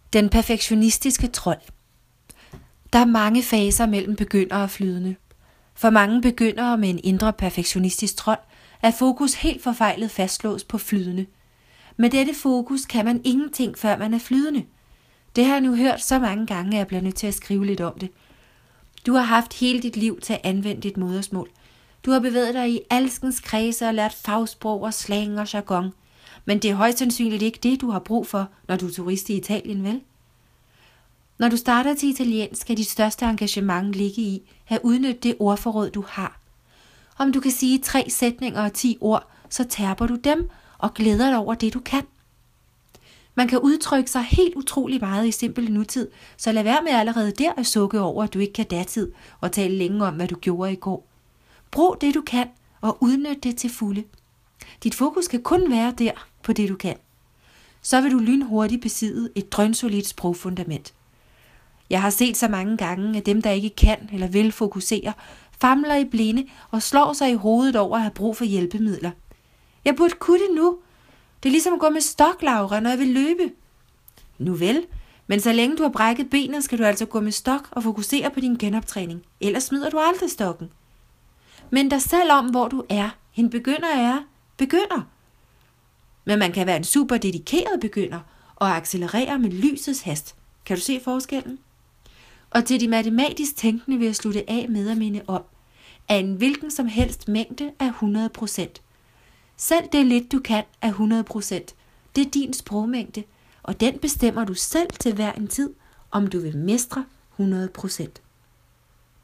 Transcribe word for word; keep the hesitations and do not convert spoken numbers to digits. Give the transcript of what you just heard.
Den perfektionistiske trold. Der er mange faser mellem begyndere og flydende. For mange begyndere med en indre perfektionistisk trold er fokus helt forfejlet fastlåst på flydende. Med dette fokus kan man ingenting, før man er flydende. Det har jeg nu hørt så mange gange, at jeg bliver nødt til at skrive lidt om det. Du har haft hele dit liv til at anvende dit modersmål. Du har bevæget dig i alskens kredse og lært fagsprog og slang og jargon. Men det er højst sandsynligt ikke det, du har brug for, når du er turist i Italien, vel? Når du starter til italiensk, skal dit største engagement ligge i at udnytte det ordforråd, du har. Om du kan sige tre sætninger og ti ord, så terper du dem og glæder dig over det, du kan. Man kan udtrykke sig helt utrolig meget i simpel nutid, så lad være med allerede der at sukke over, at du ikke kan datid og tale længe om, hvad du gjorde i går. Brug det, du kan, og udnyt det til fulde. Dit fokus kan kun være der på det, du kan. Så vil du lynhurtigt besidde et drønsolidt sprogfundament. Jeg har set så mange gange, at dem, der ikke kan eller vil fokusere, famler i blinde og slår sig i hovedet over at have brug for hjælpemidler. Jeg burde kunne det nu. Det er ligesom at gå med stok, Laura, når jeg vil løbe. Nu vel, men så længe du har brækket benet, skal du altså gå med stok og fokusere på din genoptræning. Ellers smider du aldrig stokken. Men dig selv om, hvor du er. En begynder er begynder. Men man kan være en super dedikeret begynder og accelerere med lysets hast. Kan du se forskellen? Og til de matematisk tænkende vil jeg slutte af med at minde om, at en hvilken som helst mængde er hundrede procent. Selv det lidt du kan er hundrede procent. Det er din sprogmængde, og den bestemmer du selv til hver en tid, om du vil mestre hundrede procent.